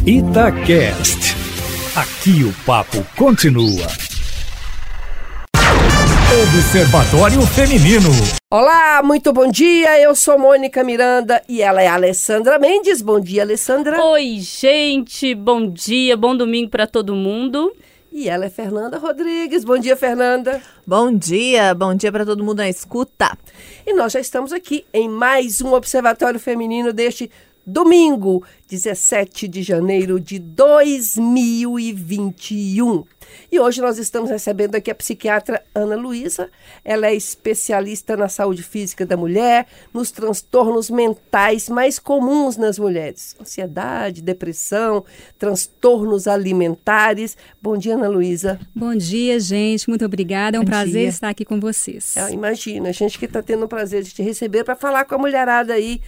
Itacast. Aqui o papo continua. Observatório Feminino. Olá, muito bom dia, eu sou Mônica Miranda e ela é a Alessandra Mendes. Bom dia, Alessandra. Oi, gente, bom dia, bom domingo para todo mundo. E ela é Fernanda Rodrigues. Bom dia, Fernanda. Bom dia para todo mundo na escuta. E nós já estamos aqui em mais um Observatório Feminino deste domingo, 17 de janeiro de 2021. E hoje nós estamos recebendo aqui a psiquiatra Ana Luísa. Ela é especialista na saúde física da mulher, nos transtornos mentais mais comuns nas mulheres. Ansiedade, depressão, transtornos alimentares. Bom dia, Ana Luísa. Bom dia, gente. Muito obrigada. É um prazer estar aqui com vocês. Imagina, a gente que está tendo o prazer de te receber para falar com a mulherada aí.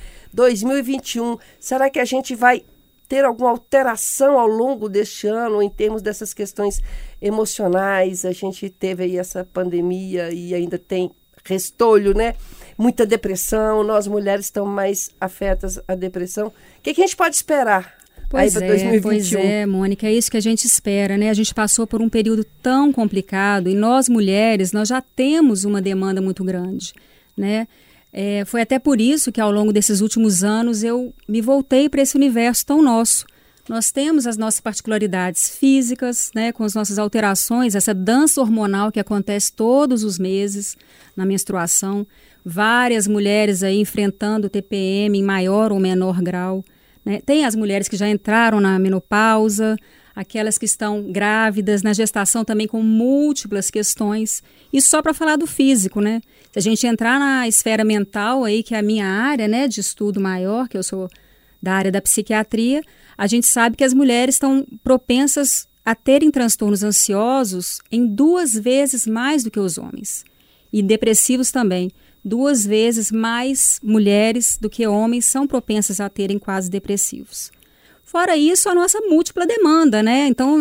2021, será que a gente vai ter alguma alteração ao longo deste ano em termos dessas questões emocionais? A gente teve aí essa pandemia e ainda tem restolho, né? Muita depressão, nós mulheres estamos mais afetas à depressão. O que a gente pode esperar aí para 2021? Pois é, Mônica, é isso que a gente espera, né? A gente passou por um período tão complicado e nós mulheres, nós já temos uma demanda muito grande, né? Foi até por isso que ao longo desses últimos anos eu me voltei para esse universo tão nosso. Nós temos as nossas particularidades físicas, né, com as nossas alterações, essa dança hormonal que acontece todos os meses na menstruação. Várias mulheres aí enfrentando o TPM em maior ou menor grau, né? Tem as mulheres que já entraram na menopausa, aquelas que estão grávidas, na gestação também com múltiplas questões. Isso só para falar do físico, né? Se a gente entrar na esfera mental aí, que é a minha área, né, de estudo maior, que eu sou da área da psiquiatria, a gente sabe que as mulheres estão propensas a terem transtornos ansiosos em 2 vezes mais do que os homens. E depressivos também. 2 vezes mais mulheres do que homens são propensas a terem quadros depressivos. Fora isso, a nossa múltipla demanda, né? Então,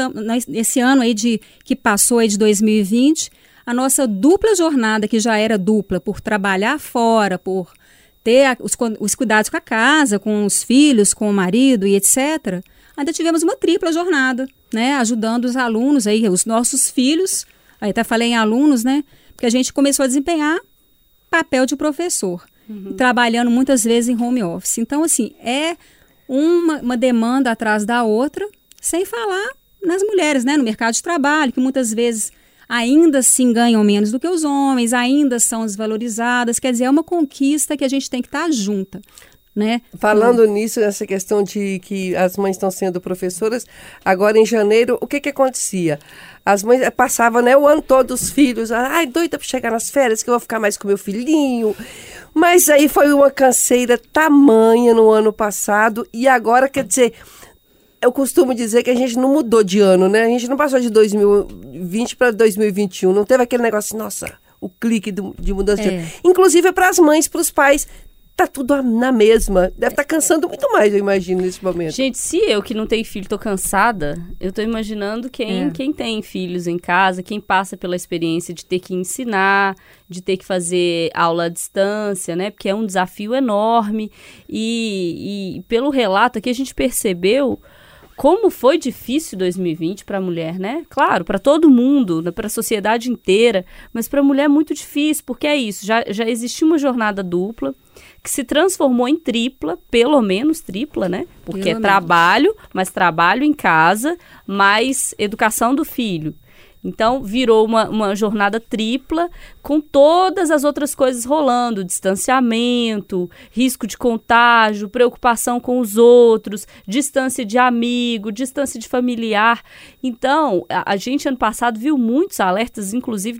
esse ano aí que passou aí de 2020, a nossa dupla jornada, que já era dupla, por trabalhar fora, por ter os cuidados com a casa, com os filhos, com o marido e etc., ainda tivemos uma tripla jornada, né? Ajudando os alunos, aí, os nossos filhos, aí até falei em alunos, né? Porque a gente começou a desempenhar papel de professor, trabalhando muitas vezes em home office. Então, assim, uma demanda atrás da outra, sem falar nas mulheres, né? No mercado de trabalho, que muitas vezes ainda assim ganham menos do que os homens, ainda são desvalorizadas. Quer dizer, é uma conquista que a gente tem que estar junta, né? Falando nisso, nessa questão de que as mães estão sendo professoras, agora em janeiro, o que acontecia? As mães passavam, né, o ano todo os filhos, doida para chegar nas férias, que eu vou ficar mais com meu filhinho. Mas aí foi uma canseira tamanha no ano passado e agora, quer dizer, eu costumo dizer que a gente não mudou de ano, né? A gente não passou de 2020 para 2021, não teve aquele negócio, nossa, o clique de mudança de ano. Inclusive para as mães, para os pais, tá tudo na mesma. Deve estar cansando muito mais, eu imagino, nesse momento. Gente, se eu que não tenho filho tô cansada, eu tô imaginando quem tem filhos em casa, quem passa pela experiência de ter que ensinar, de ter que fazer aula à distância, né? Porque é um desafio enorme. E pelo relato aqui a gente percebeu como foi difícil 2020 para a mulher, né? Claro, para todo mundo, para a sociedade inteira, mas para a mulher é muito difícil, porque é isso, já existia uma jornada dupla que se transformou em tripla, pelo menos tripla, né? Porque é trabalho, mas trabalho em casa, mais educação do filho. Então, virou uma jornada tripla com todas as outras coisas rolando, distanciamento, risco de contágio, preocupação com os outros, distância de amigo, distância de familiar. Então, a gente ano passado viu muitos alertas, inclusive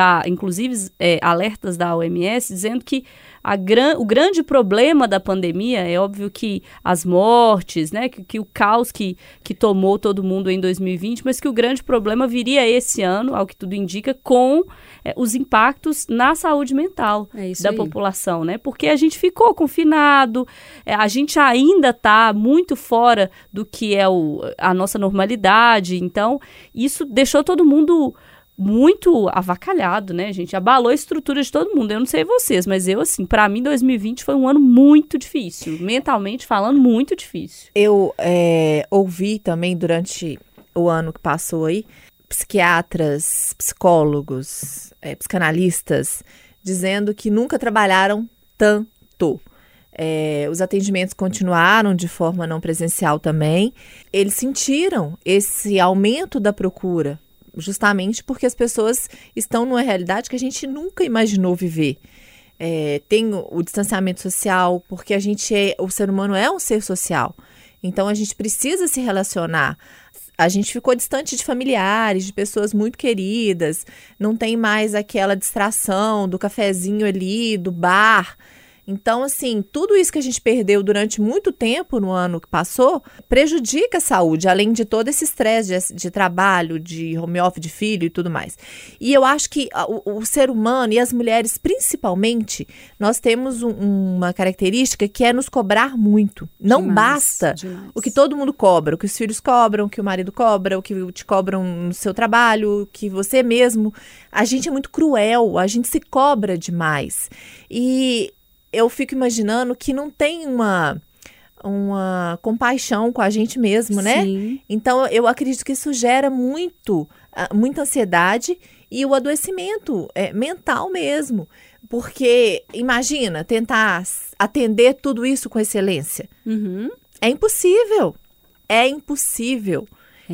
alertas da OMS, dizendo que o grande problema da pandemia é óbvio que as mortes, né, que o caos que tomou todo mundo em 2020, mas que o grande problema viria esse ano, ao que tudo indica, com os impactos na saúde mental da população, né? Porque a gente ficou confinado, a gente ainda está muito fora do que é a nossa normalidade, então isso deixou todo mundo muito avacalhado, né, gente? Abalou a estrutura de todo mundo. Eu não sei vocês, mas eu, assim, pra mim, 2020 foi um ano muito difícil. Mentalmente falando, muito difícil. Eu ouvi também durante o ano que passou aí, psiquiatras, psicólogos, psicanalistas, dizendo que nunca trabalharam tanto. Os atendimentos continuaram de forma não presencial também. Eles sentiram esse aumento da procura, justamente porque as pessoas estão numa realidade que a gente nunca imaginou viver. Tem o distanciamento social, porque o ser humano é um ser social. Então, a gente precisa se relacionar. A gente ficou distante de familiares, de pessoas muito queridas. Não tem mais aquela distração do cafezinho ali, do bar. Então, assim, tudo isso que a gente perdeu durante muito tempo no ano que passou prejudica a saúde, além de todo esse estresse de trabalho, de home office, de filho e tudo mais. E eu acho que o ser humano e as mulheres, principalmente, nós temos uma característica que é nos cobrar muito. Não basta o que todo mundo cobra, o que os filhos cobram, o que o marido cobra, o que te cobram no seu trabalho, o que você mesmo. A gente é muito cruel, a gente se cobra demais. E eu fico imaginando que não tem uma compaixão com a gente mesmo, né? Sim. Então, eu acredito que isso gera muita ansiedade e o adoecimento mental mesmo. Porque, imagina, tentar atender tudo isso com excelência. Uhum. É impossível. É impossível.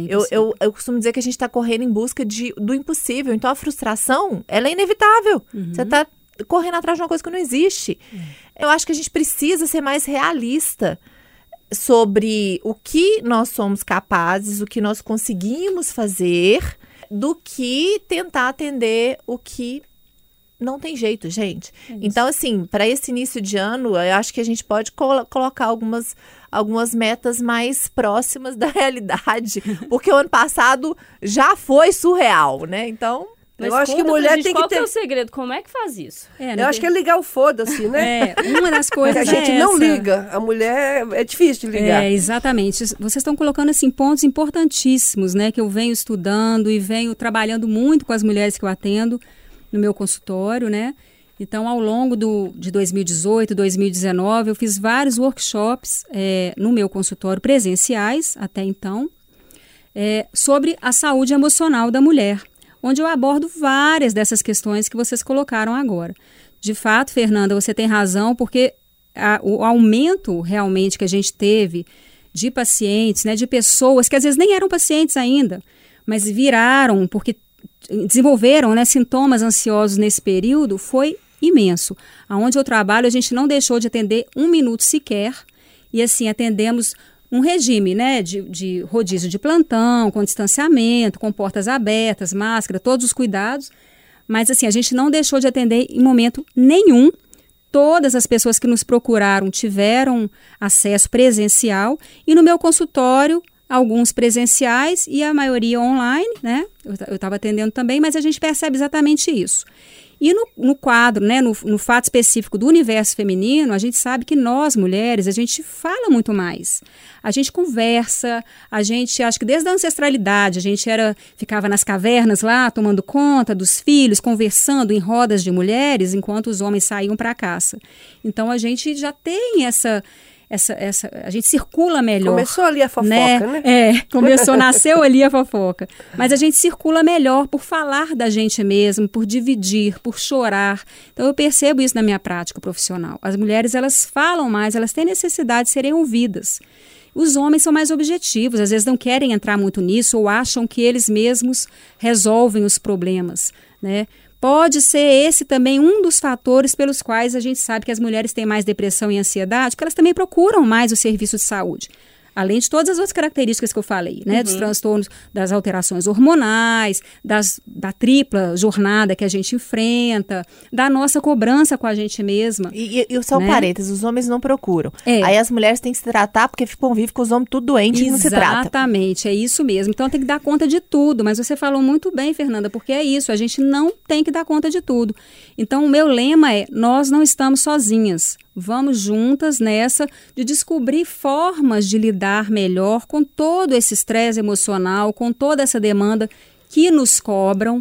Eu costumo dizer que a gente está correndo em busca do impossível. Então, a frustração, ela é inevitável. Uhum. Você está correndo atrás de uma coisa que não existe. Eu acho que a gente precisa ser mais realista sobre o que nós somos capazes, o que nós conseguimos fazer, do que tentar atender o que não tem jeito, gente. Então, assim, para esse início de ano, eu acho que a gente pode colocar algumas metas mais próximas da realidade, porque o ano passado já foi surreal, né? Então, eu acho que mulher tem que ter... Qual que é o segredo? Como é que faz isso? Eu acho que é ligar o foda-se, né? Uma das coisas a gente não liga. A mulher é difícil de ligar. Exatamente. Vocês estão colocando assim, pontos importantíssimos, né? Que eu venho estudando e venho trabalhando muito com as mulheres que eu atendo no meu consultório, né? Então, ao longo de 2018, 2019, eu fiz vários workshops no meu consultório presenciais, até então, sobre a saúde emocional da mulher, onde eu abordo várias dessas questões que vocês colocaram agora. De fato, Fernanda, você tem razão, porque o aumento realmente que a gente teve de pacientes, né, de pessoas que às vezes nem eram pacientes ainda, mas viraram, porque desenvolveram, né, sintomas ansiosos nesse período, foi imenso. Aonde eu trabalho, a gente não deixou de atender 1 minuto sequer, e assim, atendemos um regime, né, de rodízio de plantão, com distanciamento, com portas abertas, máscara, todos os cuidados. Mas assim, a gente não deixou de atender em momento nenhum. Todas as pessoas que nos procuraram tiveram acesso presencial. E no meu consultório, alguns presenciais e a maioria online, né? Eu estava atendendo também, mas a gente percebe exatamente isso. E no quadro, né, no fato específico do universo feminino, a gente sabe que nós, mulheres, a gente fala muito mais. A gente conversa, acho que desde a ancestralidade, a gente ficava nas cavernas lá, tomando conta dos filhos, conversando em rodas de mulheres, enquanto os homens saíam para a caça. Então, a gente já tem a gente circula melhor. Começou ali a fofoca, né? Nasceu ali a fofoca. Mas a gente circula melhor por falar da gente mesmo, por dividir, por chorar. Então eu percebo isso na minha prática profissional. As mulheres, elas falam mais, elas têm necessidade de serem ouvidas. Os homens são mais objetivos, às vezes não querem entrar muito nisso ou acham que eles mesmos resolvem os problemas, né? Pode ser esse também um dos fatores pelos quais a gente sabe que as mulheres têm mais depressão e ansiedade, porque elas também procuram mais o serviço de saúde. Além de todas as outras características que eu falei, né? Dos transtornos, das alterações hormonais, da tripla jornada que a gente enfrenta, da nossa cobrança com a gente mesma. E só um parênteses, os homens não procuram. É. Aí as mulheres têm que se tratar porque convivem com os homens tudo doentes e não se trata. Exatamente, é isso mesmo. Então tem que dar conta de tudo, mas você falou muito bem, Fernanda, porque é isso, a gente não tem que dar conta de tudo. Então o meu lema é, nós não estamos sozinhas. Vamos juntas nessa de descobrir formas de lidar melhor com todo esse estresse emocional, com toda essa demanda que nos cobram,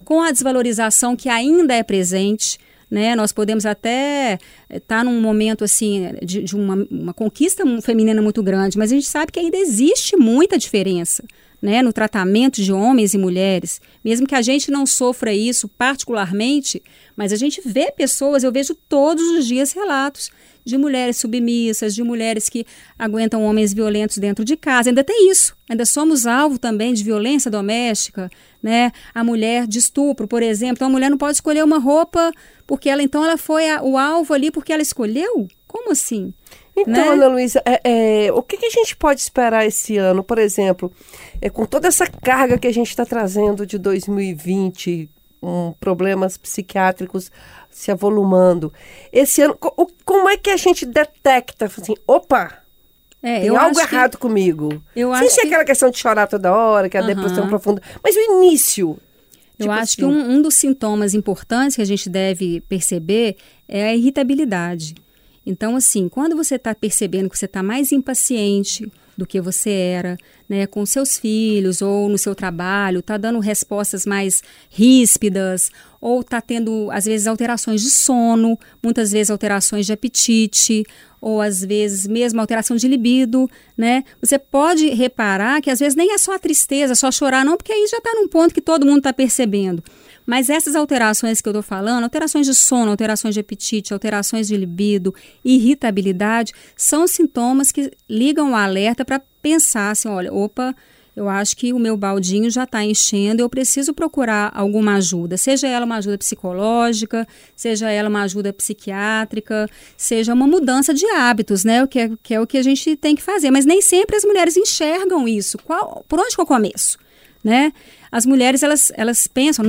com a desvalorização que ainda é presente, né? Nós podemos até estar num momento assim de uma conquista feminina muito grande, mas a gente sabe que ainda existe muita diferença, né, no tratamento de homens e mulheres, mesmo que a gente não sofra isso particularmente, mas a gente vê pessoas, eu vejo todos os dias relatos de mulheres submissas, de mulheres que aguentam homens violentos dentro de casa. Ainda tem isso, ainda somos alvo também de violência doméstica, né? A mulher de estupro, por exemplo. Então a mulher não pode escolher uma roupa porque ela foi o alvo ali porque ela escolheu? Como assim? Então, né? Ana Luísa, o que a gente pode esperar esse ano, por exemplo, com toda essa carga que a gente está trazendo de 2020, problemas psiquiátricos se avolumando. Esse ano, como é que a gente detecta, assim, opa, tem algo errado comigo? Sem ser aquela questão de chorar toda hora, que é a depressão profunda, mas o início. Eu acho que um dos sintomas importantes que a gente deve perceber é a irritabilidade. Então, assim, quando você está percebendo que você está mais impaciente do que você era, né, com seus filhos ou no seu trabalho, está dando respostas mais ríspidas, ou está tendo, às vezes, alterações de sono, muitas vezes alterações de apetite, ou às vezes mesmo alteração de libido, né? Você pode reparar que às vezes nem é só a tristeza, só chorar, não, porque aí já está num ponto que todo mundo está percebendo. Mas essas alterações que eu estou falando, alterações de sono, alterações de apetite, alterações de libido, irritabilidade, são sintomas que ligam o alerta para pensar assim, olha, opa, eu acho que o meu baldinho já está enchendo, eu preciso procurar alguma ajuda, seja ela uma ajuda psicológica, seja ela uma ajuda psiquiátrica, seja uma mudança de hábitos, né? Que é o que a gente tem que fazer. Mas nem sempre as mulheres enxergam isso. Por onde que eu começo? Né? As mulheres, elas pensam,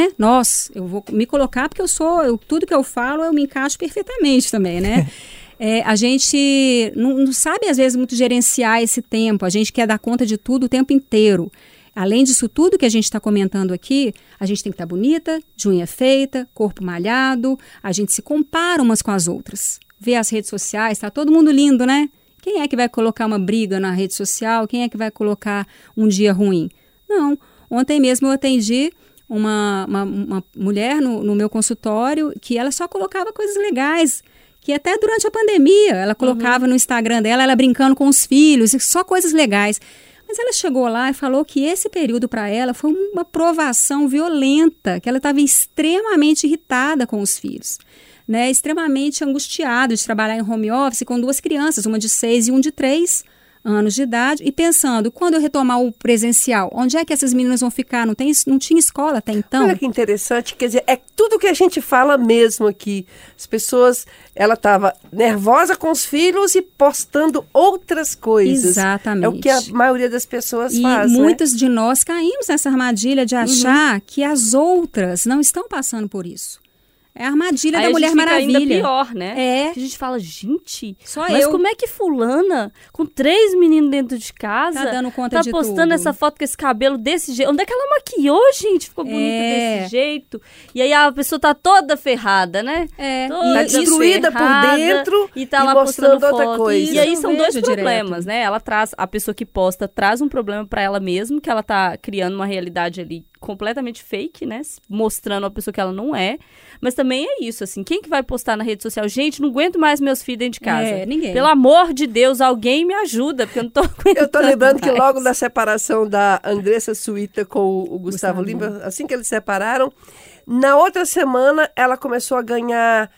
eu vou me colocar porque tudo que eu falo eu me encaixo perfeitamente também, né? A gente não sabe, às vezes, muito gerenciar esse tempo. A gente quer dar conta de tudo o tempo inteiro. Além disso tudo que a gente está comentando aqui, a gente tem que estar bonita, de unha feita, corpo malhado. A gente se compara umas com as outras. Vê as redes sociais, está todo mundo lindo, né? Quem é que vai colocar uma briga na rede social? Quem é que vai colocar um dia ruim? Não. Ontem mesmo eu atendi uma mulher no meu consultório que ela só colocava coisas legais, que até durante a pandemia ela colocava no Instagram dela, ela brincando com os filhos, só coisas legais. Mas ela chegou lá e falou que esse período para ela foi uma provação violenta, que ela estava extremamente irritada com os filhos, né? Extremamente angustiada de trabalhar em home office com 2 crianças, uma de 6 e um de 3 anos de idade, e pensando, quando eu retomar o presencial, onde é que essas meninas vão ficar? Não tinha escola até então. Olha que interessante, quer dizer, é tudo que a gente fala mesmo aqui. As pessoas, ela estava nervosa com os filhos e postando outras coisas. Exatamente. É o que a maioria das pessoas faz, E muitas de nós caímos nessa armadilha de achar que as outras não estão passando por isso. É a armadilha da Mulher Maravilha. Ainda pior, né? A gente fala, gente, mas como é que fulana, com 3 meninos dentro de casa, tá dando conta de postando tudo. essa foto com esse cabelo desse jeito? Onde é que ela maquiou, gente? Ficou bonita desse jeito. E aí a pessoa tá toda ferrada, né? Toda tá destruída por dentro e tá lá postando outra foto. coisa. E aí são 2 problemas, direto. né? A pessoa que posta traz um problema pra ela mesma, que ela tá criando uma realidade ali completamente fake, né? Mostrando a pessoa que ela não é. Mas também é isso, assim. Quem que vai postar na rede social? Gente, não aguento mais meus filhos dentro de casa. Ninguém. Pelo amor de Deus, alguém me ajuda, porque eu não tô aguentando. Eu tô lembrando mais. que logo da separação da Andressa Suíta com o Gustavo Lima, assim que eles separaram, na outra semana ela começou a ganhar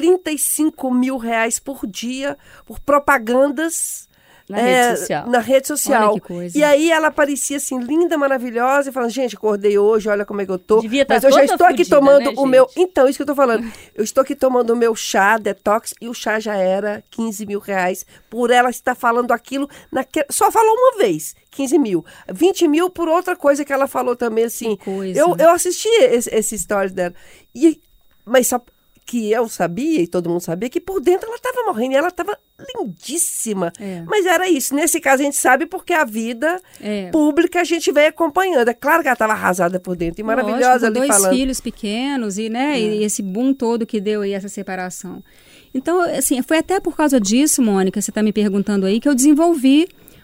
R$35 mil por dia por propagandas na rede social. Olha que coisa. E aí ela aparecia assim, linda, maravilhosa, e falando, gente, acordei hoje, olha como é que eu tô. Devia Mas tá eu já toda estou aqui fudida, tomando né, o meu... gente? Então, isso que eu tô falando. Eu estou aqui tomando o meu chá detox e o chá já era R$15 mil por ela estar falando aquilo. Só falou uma vez, 15 mil. 20 mil por outra coisa que ela falou também, assim. Eu assisti esse stories dela. Mas só que eu sabia, e todo mundo sabia, que por dentro ela estava morrendo e ela estava lindíssima. Mas era isso. Nesse caso a gente sabe porque a vida pública a gente veio acompanhando. É claro que ela estava arrasada por dentro e maravilhosa ali falando. 2 filhos pequenos e esse boom todo que deu aí essa separação. Então, assim, foi até por causa disso, Mônica, você está me perguntando aí, que eu desenvolvi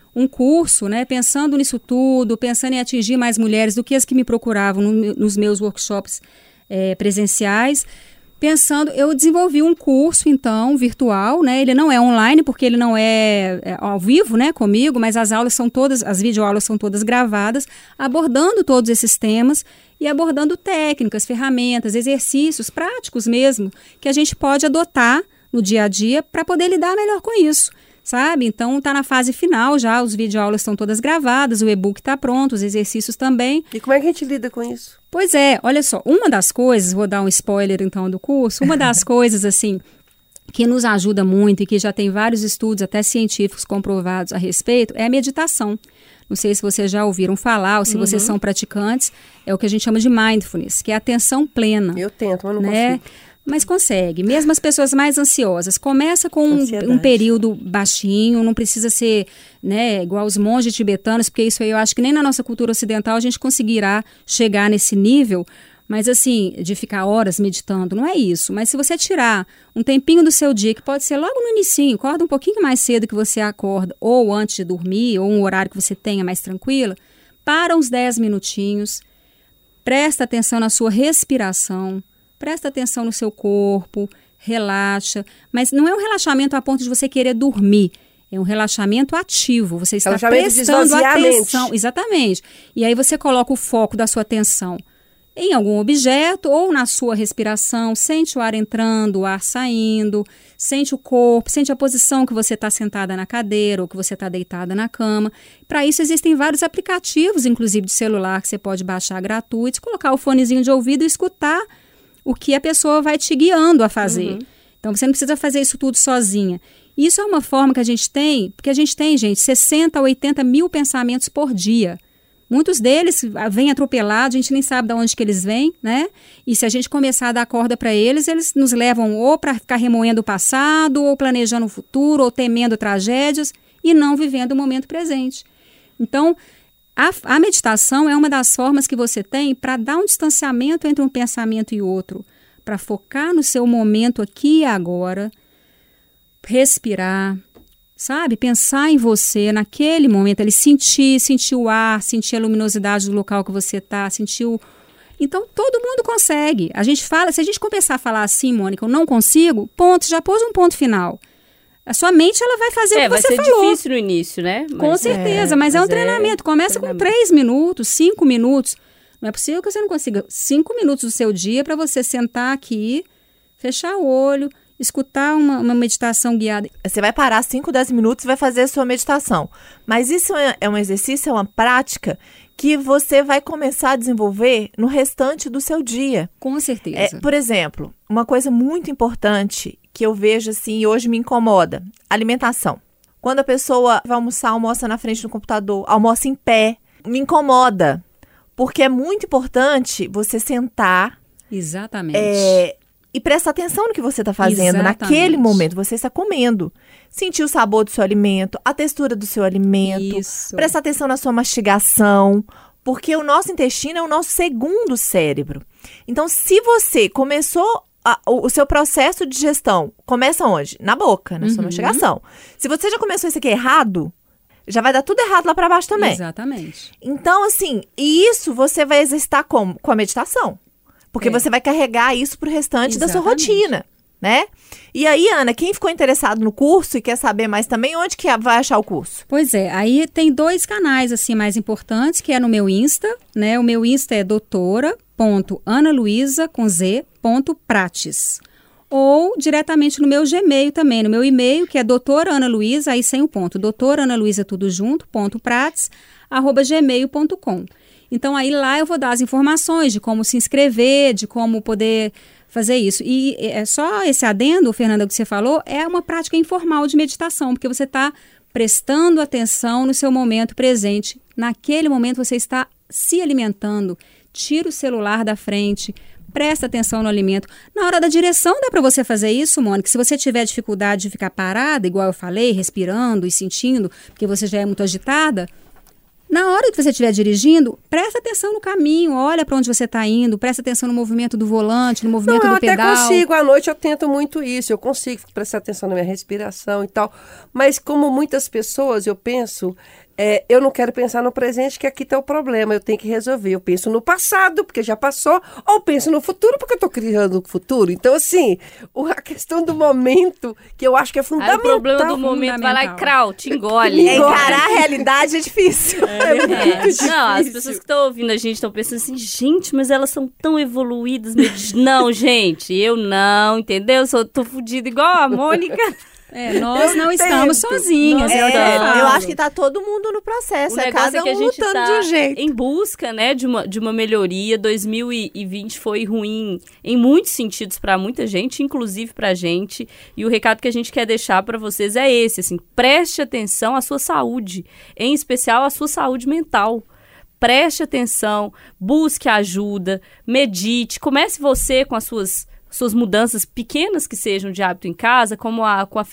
um curso, né, pensando nisso tudo, pensando em atingir mais mulheres do que as que me procuravam nos meus workshops presenciais. Pensando, eu desenvolvi um curso, então, virtual, né? Ele não é online, porque ele não é ao vivo, né, comigo, mas as videoaulas são todas gravadas, abordando todos esses temas e abordando técnicas, ferramentas, exercícios práticos mesmo, que a gente pode adotar no dia a dia para poder lidar melhor com isso, sabe? Então, está na fase final já, os videoaulas estão todas gravadas, o e-book está pronto, os exercícios também. E como é que a gente lida com isso? Pois é, olha só, uma das coisas, vou dar um spoiler então do curso, uma das coisas assim que nos ajuda muito e que já tem vários estudos até científicos comprovados a respeito é a meditação. Não sei se vocês já ouviram falar ou se vocês são praticantes, é o que a gente chama de mindfulness, que é a atenção plena. Eu tento, mas não consigo. Mas consegue. Mesmo as pessoas mais ansiosas. Começa com um período baixinho, não precisa ser, né, igual os monges tibetanos, porque isso aí eu acho que nem na nossa cultura ocidental a gente conseguirá chegar nesse nível. Mas assim, de ficar horas meditando, não é isso. Mas se você tirar um tempinho do seu dia, que pode ser logo no inicinho, acorda um pouquinho mais cedo que você acorda, ou antes de dormir, ou um horário que você tenha mais tranquila, para uns 10 minutinhos, presta atenção na sua respiração, presta atenção no seu corpo, relaxa. Mas não é um relaxamento a ponto de você querer dormir. É um relaxamento ativo. Você está prestando atenção. Exatamente. E aí você coloca o foco da sua atenção em algum objeto ou na sua respiração. Sente o ar entrando, o ar saindo. Sente o corpo, sente a posição que você está sentada na cadeira ou que você está deitada na cama. Para isso existem vários aplicativos, inclusive de celular, que você pode baixar gratuitos, colocar o fonezinho de ouvido e escutar o que a pessoa vai te guiando a fazer. Então, você não precisa fazer isso tudo sozinha. Isso é uma forma que a gente tem, porque a gente tem, gente, 60 a 80 mil pensamentos por dia. Muitos deles vêm atropelados, a gente nem sabe de onde que eles vêm, né? E se a gente começar a dar corda para eles nos levam ou para ficar remoendo o passado, ou planejando o futuro, ou temendo tragédias, e não vivendo o momento presente. Então, a meditação é uma das formas que você tem para dar um distanciamento entre um pensamento e outro, para focar no seu momento aqui e agora, respirar, sabe? Pensar em você naquele momento, ali, sentir o ar, sentir a luminosidade do local que você está, Então, todo mundo consegue. A gente fala, se a gente começar a falar assim, Mônica, eu não consigo, ponto, já pôs um ponto final. A sua mente, ela vai fazer o que você falou. Vai ser difícil no início, né? Com certeza, mas é um treinamento. Começa com 3 minutos, 5 minutos. Não é possível que você não consiga 5 minutos do seu dia para você sentar aqui, fechar o olho, escutar uma meditação guiada. Você vai parar 5, 10 minutos e vai fazer a sua meditação. Mas isso é um exercício, é uma prática que você vai começar a desenvolver no restante do seu dia. Com certeza. Por exemplo, uma coisa muito importante que eu vejo assim e hoje me incomoda, alimentação. Quando a pessoa vai almoçar, almoça na frente do computador, almoça em pé, me incomoda. Porque é muito importante você sentar. Exatamente. E prestar atenção no que você está fazendo. Exatamente. Naquele momento. Você está comendo. Sentir o sabor do seu alimento, a textura do seu alimento. Isso. Prestar atenção na sua mastigação. Porque o nosso intestino é o nosso segundo cérebro. Então, se você começou... O seu processo de digestão começa onde? Na boca, na sua mastigação. Se você já começou isso aqui errado, já vai dar tudo errado lá para baixo também. Exatamente. Então, assim, e isso você vai exercitar como? Com a meditação. Porque você vai carregar isso pro restante da sua rotina, né? E aí, Ana, quem ficou interessado no curso e quer saber mais também, onde que vai achar o curso? Pois é, aí tem 2 canais, assim, mais importantes, que é no meu Insta, né? O meu Insta é doutora.analuiza.prates. Ou diretamente no meu Gmail também, no meu e-mail, que é doutoranaluiza, aí sem o ponto, doutoranaluiza tudo junto, .prates@gmail.com. Então, aí lá eu vou dar as informações de como se inscrever, de como poder fazer isso. E é só esse adendo, Fernanda, que você falou, é uma prática informal de meditação, porque você está prestando atenção no seu momento presente. Naquele momento você está se alimentando, tira o celular da frente, presta atenção no alimento. Na hora da direção dá para você fazer isso, Mônica. Se você tiver dificuldade de ficar parada, igual eu falei, respirando e sentindo, porque você já é muito agitada, Na hora que você estiver dirigindo, presta atenção no caminho, olha para onde você está indo, presta atenção no movimento do volante, no movimento do pedal. Eu até consigo, à noite eu tento muito isso, eu consigo prestar atenção na minha respiração e tal, mas como muitas pessoas, eu penso, eu não quero pensar no presente, que aqui está o problema, eu tenho que resolver. Eu penso no passado, porque já passou, ou penso no futuro, porque eu estou criando o futuro. Então, assim, a questão do momento, que eu acho que é fundamental. Aí o problema do momento vai lá e te engole. Encarar a realidade é difícil. Muito difícil. Não, as pessoas que estão ouvindo a gente estão pensando assim, gente, mas elas são tão evoluídas. Não, gente, eu não, entendeu? Tô fodida igual a Mônica. Nós não estamos sozinhas. Eu acho que tá todo mundo no processo. O negócio cada é que a um gente lutando tá de um jeito. em busca, né, de uma melhoria. 2020 foi ruim em muitos sentidos para muita gente, inclusive pra gente. E o recado que a gente quer deixar para vocês é esse, assim, preste atenção à sua saúde, em especial à sua saúde mental. Preste atenção, busque ajuda, medite, comece você com as suas mudanças pequenas que sejam de hábito em casa, como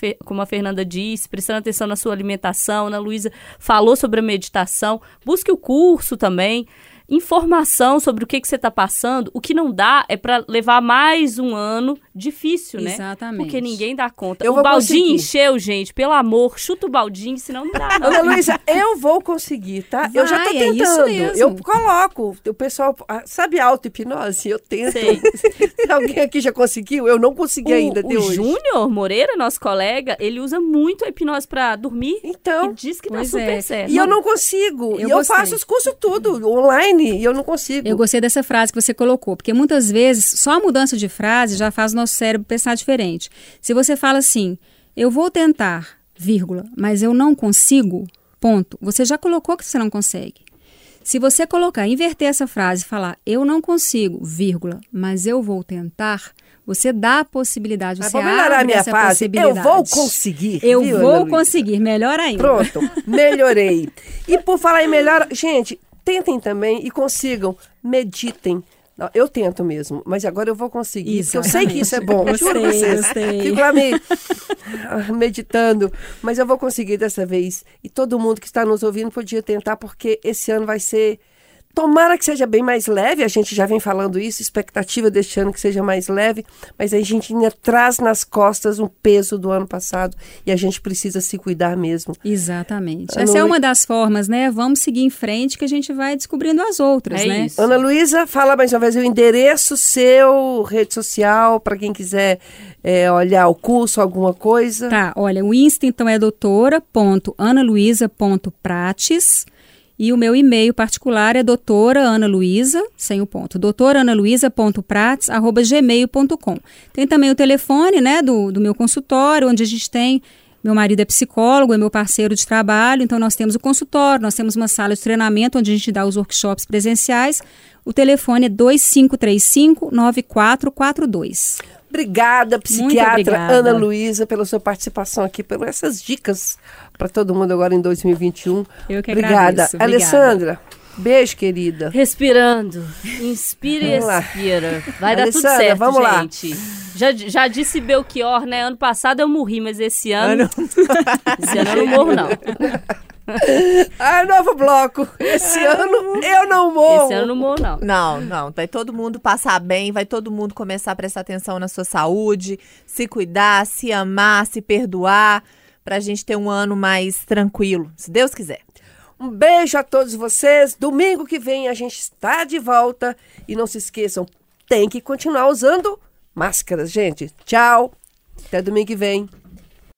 a Fernanda disse, prestando atenção na sua alimentação. Ana Luísa falou sobre a meditação. Busque o curso também. Informação sobre o que você está passando. O que não dá é para levar mais um ano difícil, né? Exatamente. Porque ninguém dá conta. Eu o vou baldinho conseguir. Encheu, gente. Pelo amor, chuta o baldinho, senão não dá, não. Ana Luísa, eu vou conseguir, tá? Eu já tô Vai, é isso tentando. mesmo. Eu coloco. O pessoal, sabe a auto-hipnose? Eu tento. Sei. Alguém aqui já conseguiu? Eu não consegui ainda até O hoje. Júnior Moreira, nosso colega, ele usa muito a hipnose para dormir. Então, E diz que dá pois super é. certo. e eu não consigo. Eu e eu gostei. faço os cursos tudo, online, e eu não consigo. Eu gostei dessa frase que você colocou, porque muitas vezes só a mudança de frase já faz o nosso cérebro pensar diferente. Se você fala assim, eu vou tentar, vírgula, mas eu não consigo, ponto. Você já colocou que você não consegue. Se você colocar, inverter essa frase e falar, eu não consigo, vírgula, mas eu vou tentar, você dá a possibilidade, Mas você vou melhorar a abre minha essa fase. possibilidade. Eu vou conseguir. Eu viu, vou Ana Luísa? conseguir, melhor ainda. Pronto, melhorei. E por falar em melhor, gente, tentem também e consigam, meditem. Não, eu tento mesmo, mas agora eu vou conseguir, porque eu sei que isso é bom. Juro pra vocês. Gostei. Fico lá meditando, mas eu vou conseguir dessa vez. E todo mundo que está nos ouvindo podia tentar, porque esse ano vai ser... Tomara que seja bem mais leve, a gente já vem falando isso, expectativa deste ano que seja mais leve, mas a gente ainda traz nas costas um peso do ano passado e a gente precisa se cuidar mesmo. Exatamente. Essa é uma das formas, né? Vamos seguir em frente que a gente vai descobrindo as outras, né? Isso. Ana Luísa, fala mais uma vez o endereço seu, rede social, para quem quiser olhar o curso, alguma coisa. Tá, olha, o Insta então é doutora.analuisa.prates e o meu e-mail particular é doutoraanaluisa, sem o ponto, doutoraanaluisa.prates@gmail.com. Tem também o telefone, né, do meu consultório, onde a gente tem... Meu marido é psicólogo, é meu parceiro de trabalho, então nós temos o consultório, nós temos uma sala de treinamento onde a gente dá os workshops presenciais. O telefone é 2535-9442. Obrigada, psiquiatra obrigada. Ana Luísa, pela sua participação aqui, pelas essas dicas para todo mundo agora em 2021. Eu que Obrigada. agradeço. Alessandra, beijo, querida. Respirando. Inspira e Vamos lá. expira. Vai dar tudo Alessandra, certo, vamos lá. gente. Já disse Belchior, né? Ano passado eu morri, mas esse ano... Esse ano eu não morro, não. Novo bloco. Esse ano eu não morro. Esse ano eu não morro, não. Não. Vai todo mundo passar bem, vai todo mundo começar a prestar atenção na sua saúde, se cuidar, se amar, se perdoar, pra gente ter um ano mais tranquilo, se Deus quiser. Um beijo a todos vocês. Domingo que vem a gente está de volta. E não se esqueçam, tem que continuar usando máscaras, gente. Tchau. Até domingo que vem.